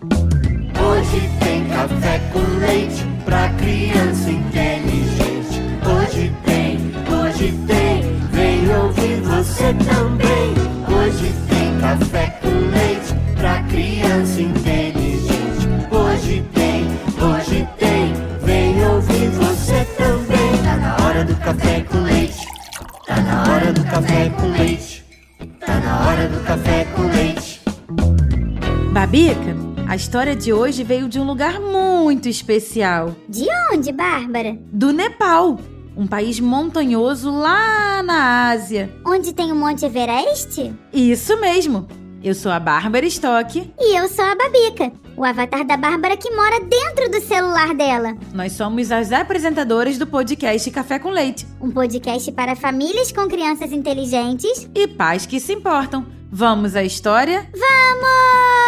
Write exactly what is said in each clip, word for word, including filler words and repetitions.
Hoje tem café com leite pra criança inteligente. Hoje tem, hoje tem, vem ouvir você também. Hoje tem café com leite pra criança inteligente. Hoje tem, hoje tem, vem ouvir você também. Tá na hora do café com leite. Tá na hora do café com leite. Tá na hora do café com leite. Babica, a história de hoje veio de um lugar muito especial. De onde, Bárbara? Do Nepal, um país montanhoso lá na Ásia. Onde tem o Monte Everest? Isso mesmo. Eu sou a Bárbara Stock. E eu sou a Babica, o avatar da Bárbara que mora dentro do celular dela. Nós somos as apresentadoras do podcast Café com Leite. Um podcast para famílias com crianças inteligentes e pais que se importam. Vamos à história? Vamos!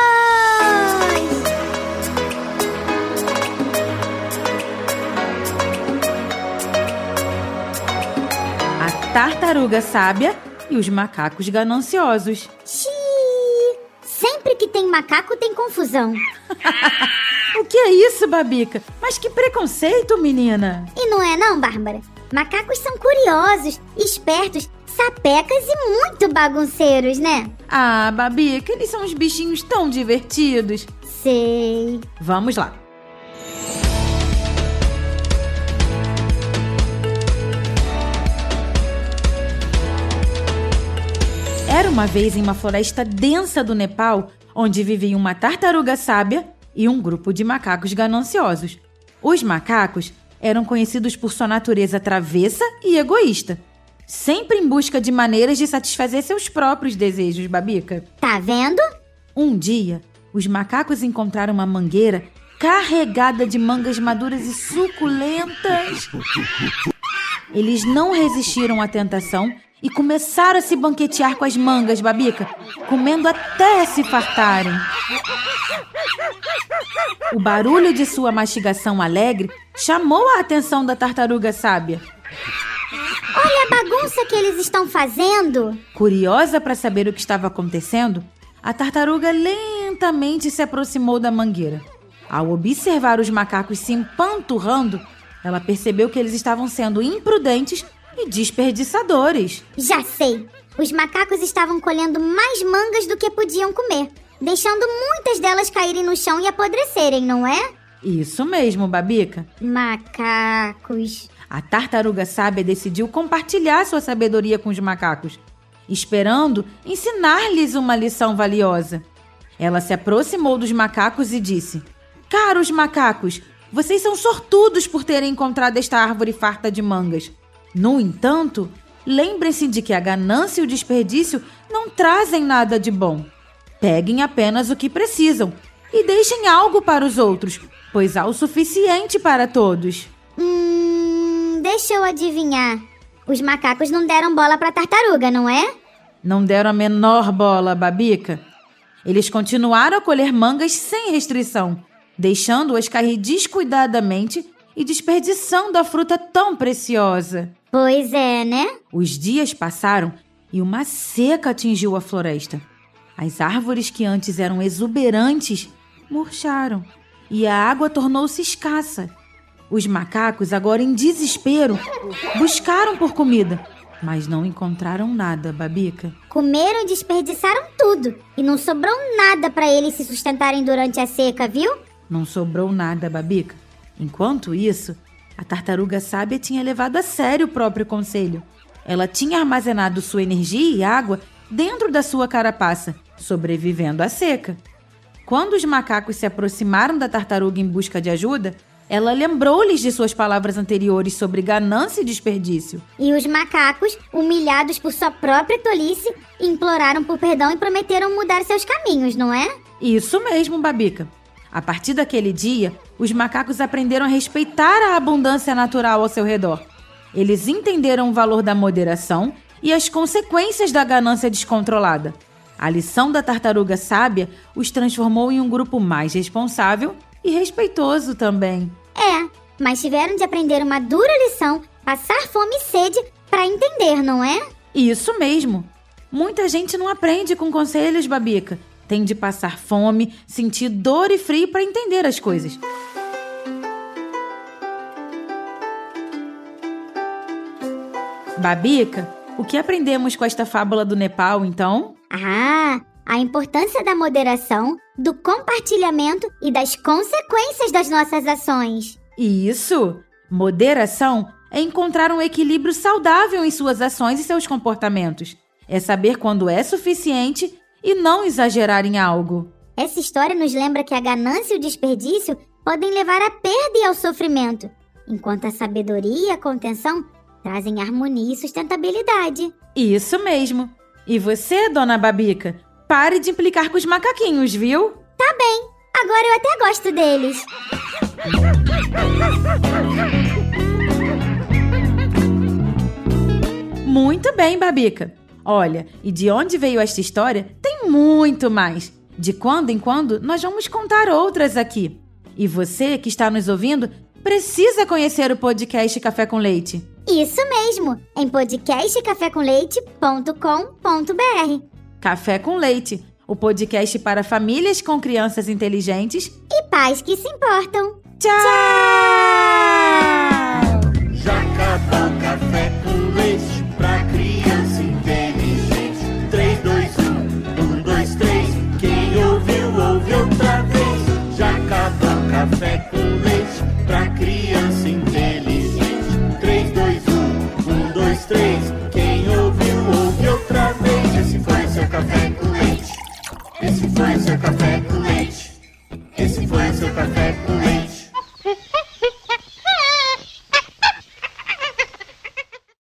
A tartaruga sábia e os macacos gananciosos. Xiii! Sempre que tem macaco tem confusão. O que é isso, Babica? Mas que preconceito, menina! E não é não, Bárbara? Macacos são curiosos, espertos, sapecas e muito bagunceiros, né? Ah, Babica, eles são uns bichinhos tão divertidos. Sei. Vamos lá. Era uma vez em uma floresta densa do Nepal, onde vivia uma tartaruga sábia e um grupo de macacos gananciosos. Os macacos eram conhecidos por sua natureza travessa e egoísta, sempre em busca de maneiras de satisfazer seus próprios desejos, Babica. Tá vendo? Um dia, os macacos encontraram uma mangueira carregada de mangas maduras e suculentas. Eles não resistiram à tentação e começaram a se banquetear com as mangas, Babica, comendo até se fartarem. O barulho de sua mastigação alegre chamou a atenção da tartaruga sábia. Olha a bagunça que eles estão fazendo! Curiosa para saber o que estava acontecendo, a tartaruga lentamente se aproximou da mangueira. Ao observar os macacos se empanturrando, ela percebeu que eles estavam sendo imprudentes e desperdiçadores. Já sei! Os macacos estavam colhendo mais mangas do que podiam comer, deixando muitas delas caírem no chão e apodrecerem, não é? Isso mesmo, Babica. Macacos. A tartaruga sábia decidiu compartilhar sua sabedoria com os macacos, esperando ensinar-lhes uma lição valiosa. Ela se aproximou dos macacos e disse: Caros macacos, vocês são sortudos por terem encontrado esta árvore farta de mangas. No entanto, lembrem-se de que a ganância e o desperdício não trazem nada de bom. Peguem apenas o que precisam e deixem algo para os outros, pois há o suficiente para todos. Hum, deixa eu adivinhar. Os macacos não deram bola para a tartaruga, não é? Não deram a menor bola, Babica. Eles continuaram a colher mangas sem restrição, deixando-as cair descuidadamente e desperdiçando a fruta tão preciosa. Pois é, né? Os dias passaram e uma seca atingiu a floresta. As árvores que antes eram exuberantes murcharam e a água tornou-se escassa. Os macacos, agora em desespero, buscaram por comida, mas não encontraram nada, Babica. Comeram e desperdiçaram tudo e não sobrou nada para eles se sustentarem durante a seca, viu? Não sobrou nada, Babica. Enquanto isso, a tartaruga sábia tinha levado a sério o próprio conselho. Ela tinha armazenado sua energia e água dentro da sua carapaça, sobrevivendo à seca. Quando os macacos se aproximaram da tartaruga em busca de ajuda, ela lembrou-lhes de suas palavras anteriores sobre ganância e desperdício. E os macacos, humilhados por sua própria tolice, imploraram por perdão e prometeram mudar seus caminhos, não é? Isso mesmo, Babica. A partir daquele dia, os macacos aprenderam a respeitar a abundância natural ao seu redor. Eles entenderam o valor da moderação e as consequências da ganância descontrolada. A lição da tartaruga sábia os transformou em um grupo mais responsável e respeitoso também. É, mas tiveram de aprender uma dura lição, passar fome e sede para entender, não é? Isso mesmo. Muita gente não aprende com conselhos, Babica, Tem de passar fome, sentir dor e frio para entender as coisas. Babica, o que aprendemos com esta fábula do Nepal, então? Ah, a importância da moderação, do compartilhamento e das consequências das nossas ações. Isso! Moderação é encontrar um equilíbrio saudável em suas ações e seus comportamentos. É saber quando é suficiente e não exagerar em algo. Essa história nos lembra que a ganância e o desperdício podem levar à perda e ao sofrimento, enquanto a sabedoria e a contenção trazem harmonia e sustentabilidade. Isso mesmo. E você, dona Babica, pare de implicar com os macaquinhos, viu? Tá bem. Agora eu até gosto deles. Muito bem, Babica. Olha, e de onde veio esta história, tem muito mais. De quando em quando, nós vamos contar outras aqui. E você que está nos ouvindo, precisa conhecer o podcast Café com Leite. Isso mesmo, em podcast café com leite ponto com ponto b r. Café com Leite, o podcast para famílias com crianças inteligentes e pais que se importam. Tchau! Já acabou Café com Leite pra criança inteligente. Três, dois, um, um, dois, três. Quem ouviu, ouve outra vez. Já acabou Café com Leite pra criança inteligente. Três, dois, um, um, dois, três. Quem ouviu, ouve outra vez. Esse foi seu Café com Leite. Esse foi seu Café com Leite.